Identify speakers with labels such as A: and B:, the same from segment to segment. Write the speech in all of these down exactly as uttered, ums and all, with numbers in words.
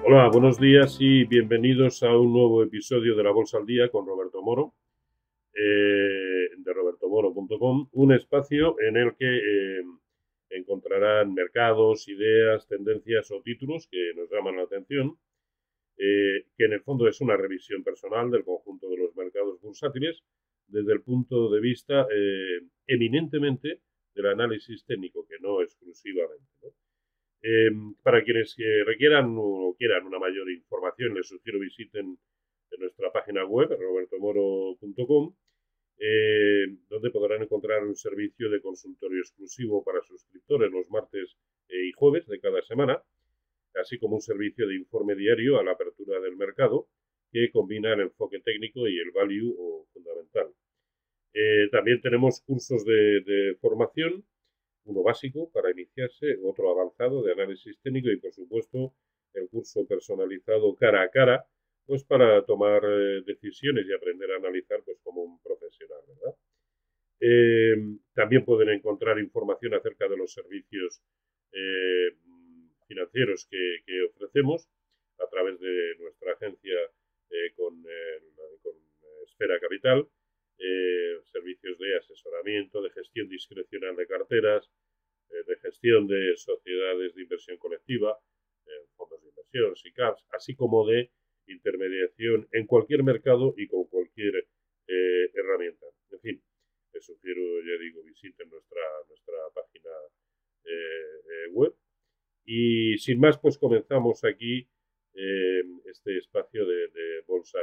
A: Hola, buenos días y bienvenidos a un nuevo episodio de La Bolsa al Día con Roberto Moro, eh, de roberto moro punto com, un espacio en el que eh, encontrarán mercados, ideas, tendencias o títulos que nos llaman la atención, eh, que en el fondo es una revisión personal del conjunto de los mercados bursátiles desde el punto de vista eh, eminentemente del análisis técnico, que no exclusivamente, ¿no? Eh, para quienes eh, requieran o quieran una mayor información, les sugiero visiten nuestra página web, roberto moro punto com, eh, donde podrán encontrar un servicio de consultorio exclusivo para suscriptores los martes eh, y jueves de cada semana, así como un servicio de informe diario a la apertura del mercado que combina el enfoque técnico y el value o fundamental. Eh, también tenemos cursos de, de formación, uno básico para iniciarse, otro avanzado de análisis técnico y, por supuesto, el curso personalizado cara a cara, pues para tomar eh, decisiones y aprender a analizar pues como un profesional, ¿verdad? Eh, también pueden encontrar información acerca de los servicios eh, financieros que, que, ofrecemos a través de nuestra agencia eh, con, eh, con Esfera Capital, eh, servicios de asesoramiento, de gestión discrecional de carteras, eh, de gestión de sociedades de inversión colectiva, eh, fondos de inversión, S I C A Ps, así como de intermediación en cualquier mercado y con cualquier eh, herramienta. En fin, les sugiero, ya digo, visiten nuestra, nuestra página eh, eh, web. Y sin más, pues comenzamos aquí eh, este espacio de, de bolsa.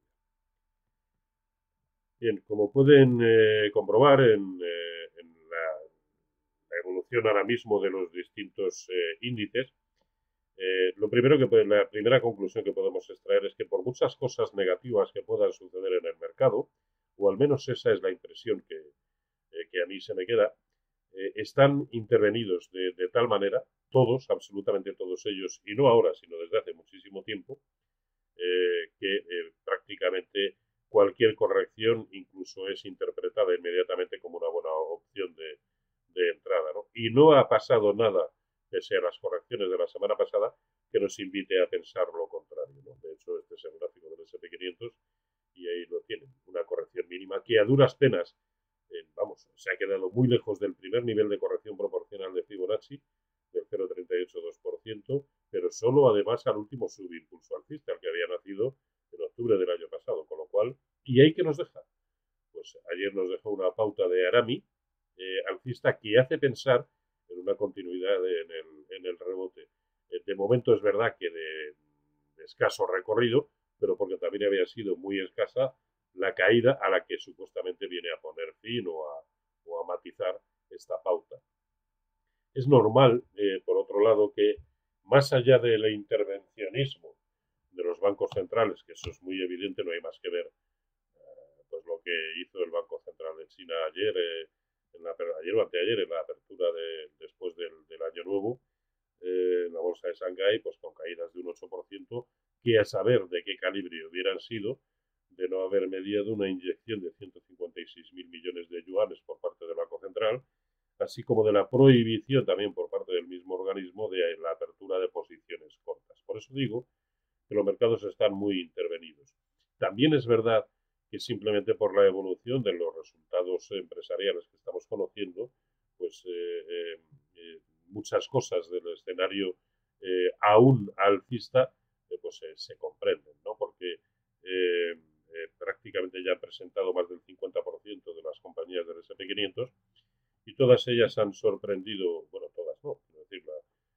A: Bien, como pueden eh, comprobar en, eh, en la, la, evolución ahora mismo de los distintos eh, índices, eh, lo primero que la primera conclusión que podemos extraer es que por muchas cosas negativas que puedan suceder en el mercado, o al menos esa es la impresión que, eh, que a mí se me queda, eh, están intervenidos de, de tal manera, todos, absolutamente todos ellos, y no ahora, sino desde hace muchísimo tiempo, eh, que eh, prácticamente cualquier corrección incluso es interpretada inmediatamente como una buena opción de, de entrada, ¿no? Y no ha pasado nada, pese a las correcciones de la semana pasada, que nos invite a pensar lo contrario, ¿no? De hecho, este es el gráfico del ese and pe quinientos y ahí lo tienen, una corrección mínima que a duras penas, eh, vamos, se ha quedado muy lejos del primer nivel de corrección proporcional de Fibonacci, del cero coma treinta y ocho dos por ciento, pero solo además al último subimpulso alcista, el que había nacido en octubre del año pasado, con lo cual, ¿y ahí qué nos deja? Pues ayer nos dejó una pauta de Arami eh, alcista que hace pensar en una continuidad de, en, el, en el rebote. Eh, de momento es verdad que de, de escaso recorrido, pero porque también había sido muy escasa la caída a la que supuestamente viene a poner fin o a, o a matizar esta pauta. Es normal, eh, por otro lado, que más allá del intervencionismo de los bancos centrales, que eso es muy evidente, no hay más que ver eh, pues lo que hizo el Banco Central de China ayer, eh, en la, ayer o anteayer, en la apertura de, después del, del año nuevo, eh, en la bolsa de Shanghái, pues con caídas de un ocho por ciento, que a saber de qué calibre hubieran sido, de no haber mediado una inyección de ciento cincuenta y seis mil millones de yuanes por parte del Banco Central, así como de la prohibición también por parte del mismo organismo de la apertura de posiciones cortas. Por eso digo que los mercados están muy intervenidos. También es verdad que simplemente por la evolución de los resultados empresariales que estamos conociendo, pues eh, eh, muchas cosas del escenario eh, aún alcista eh, pues eh, se comprenden, ¿no? Porque eh, eh, prácticamente ya han presentado más del cincuenta por ciento de las compañías del ese and pe quinientos y todas ellas han sorprendido, bueno, todas no, quiero decirla,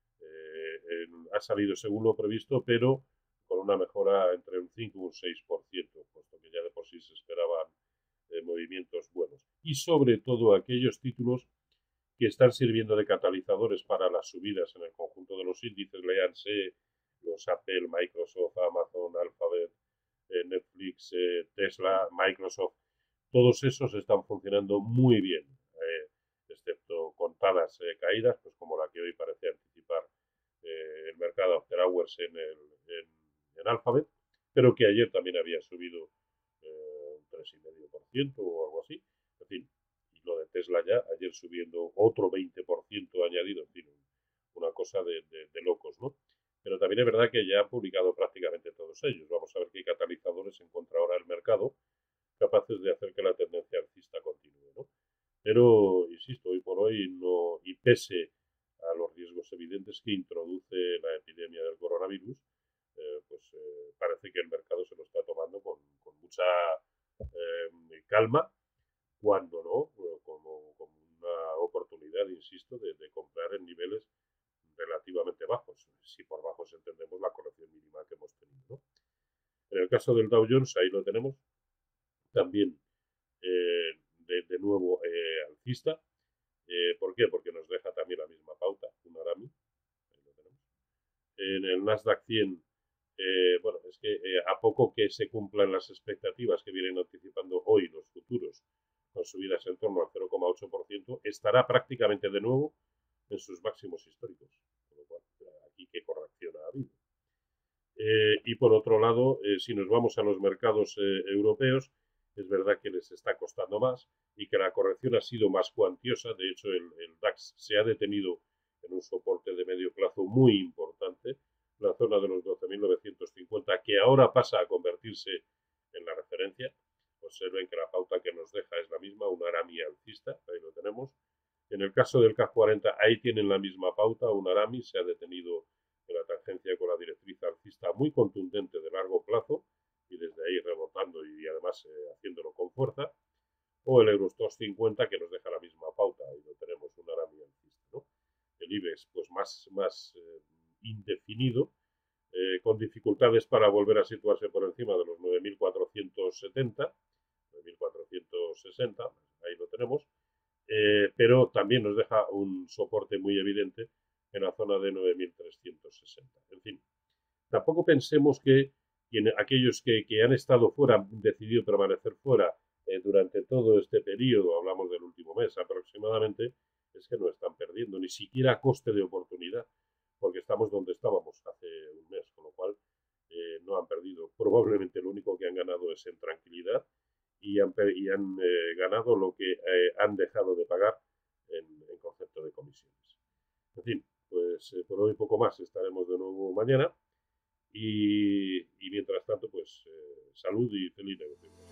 A: eh, eh, ha salido según lo previsto, pero con una mejora entre un cinco y un seis por ciento, puesto que ya de por sí se esperaban eh, movimientos buenos. Y sobre todo aquellos títulos que están sirviendo de catalizadores para las subidas en el conjunto de los índices, léanse los Apple, Microsoft, Amazon, Alphabet, eh, Netflix, eh, Tesla, Microsoft, todos esos están funcionando muy bien, eh, excepto contadas eh, caídas, pues como la que hoy parece anticipar eh, el mercado after hours en, el, en, en Alphabet, pero que ayer también había subido eh, un tres coma cinco por ciento o algo así. En fin, y lo de Tesla ya, ayer subiendo otro veinte por ciento añadido, en fin, una cosa de, de, de locos, ¿no? pero también es verdad que ya han publicado prácticamente todos ellos. Vamos a ver qué catalizadores encuentra ahora el mercado capaces de hacer que la tendencia alcista continúe, ¿no? Pero, insisto, hoy por hoy no, y pese a los riesgos evidentes que introduce la epidemia del coronavirus, eh, pues eh, parece que el mercado se lo está tomando con, con mucha eh, calma, cuando no, como, como una oportunidad, insisto, de, de comprar en niveles relativamente bajos, si por bajos entendemos la corrección mínima que hemos tenido, ¿no? En el caso del Dow Jones, ahí lo tenemos, también eh, de, de, nuevo eh, alcista. Eh, ¿Por qué? Porque nos deja también la misma pauta, un Arami. Ahí lo tenemos. En el Nasdaq cien, eh, bueno, es que eh, a poco que se cumplan las expectativas que vienen anticipando hoy los futuros, con subidas en torno al cero coma ocho por ciento, estará prácticamente de nuevo en sus máximos históricos. Con lo cual, aquí qué corrección ha habido. Eh, y por otro lado, eh, si nos vamos a los mercados eh, europeos, es verdad que les está costando más y que la corrección ha sido más cuantiosa. De hecho, el, el DAX se ha detenido en un soporte de medio plazo muy importante, la zona de los doce mil novecientos cincuenta, que ahora pasa a convertirse en la referencia. Observen que la pauta que nos deja es la misma, una Arami alcista, ahí lo tenemos. En el caso del CAC cuarenta, ahí tienen la misma pauta, un Arami se ha detenido en la tangencia con la directriz alcista muy contundente de largo plazo y desde ahí rebotando y además eh, haciéndolo con fuerza, o el Eurostoxx cincuenta que nos deja la misma pauta, ahí lo tenemos, un Arami alcista, ¿no? El IBEX pues más, más eh, indefinido, eh, con dificultades para volver a situarse por encima de los nueve mil cuatrocientos setenta, nueve mil cuatrocientos sesenta, ahí lo tenemos, eh, pero también nos deja un soporte muy evidente en la zona de nueve mil trescientos sesenta. En fin, tampoco pensemos que quienes, aquellos que, que, han estado fuera, han decidido permanecer fuera eh, durante todo este periodo, hablamos del último mes aproximadamente, es que no están perdiendo, ni siquiera a coste de oportunidad, porque estamos donde estábamos hace un mes, con lo cual eh, no han perdido. Probablemente lo único que han ganado es en tranquilidad y han, y han eh, ganado lo que eh, han dejado de pagar en, en concepto de comisiones. En fin, pues eh, por hoy poco más, estaremos de nuevo mañana y, y mientras tanto, pues eh, salud y feliz negocio.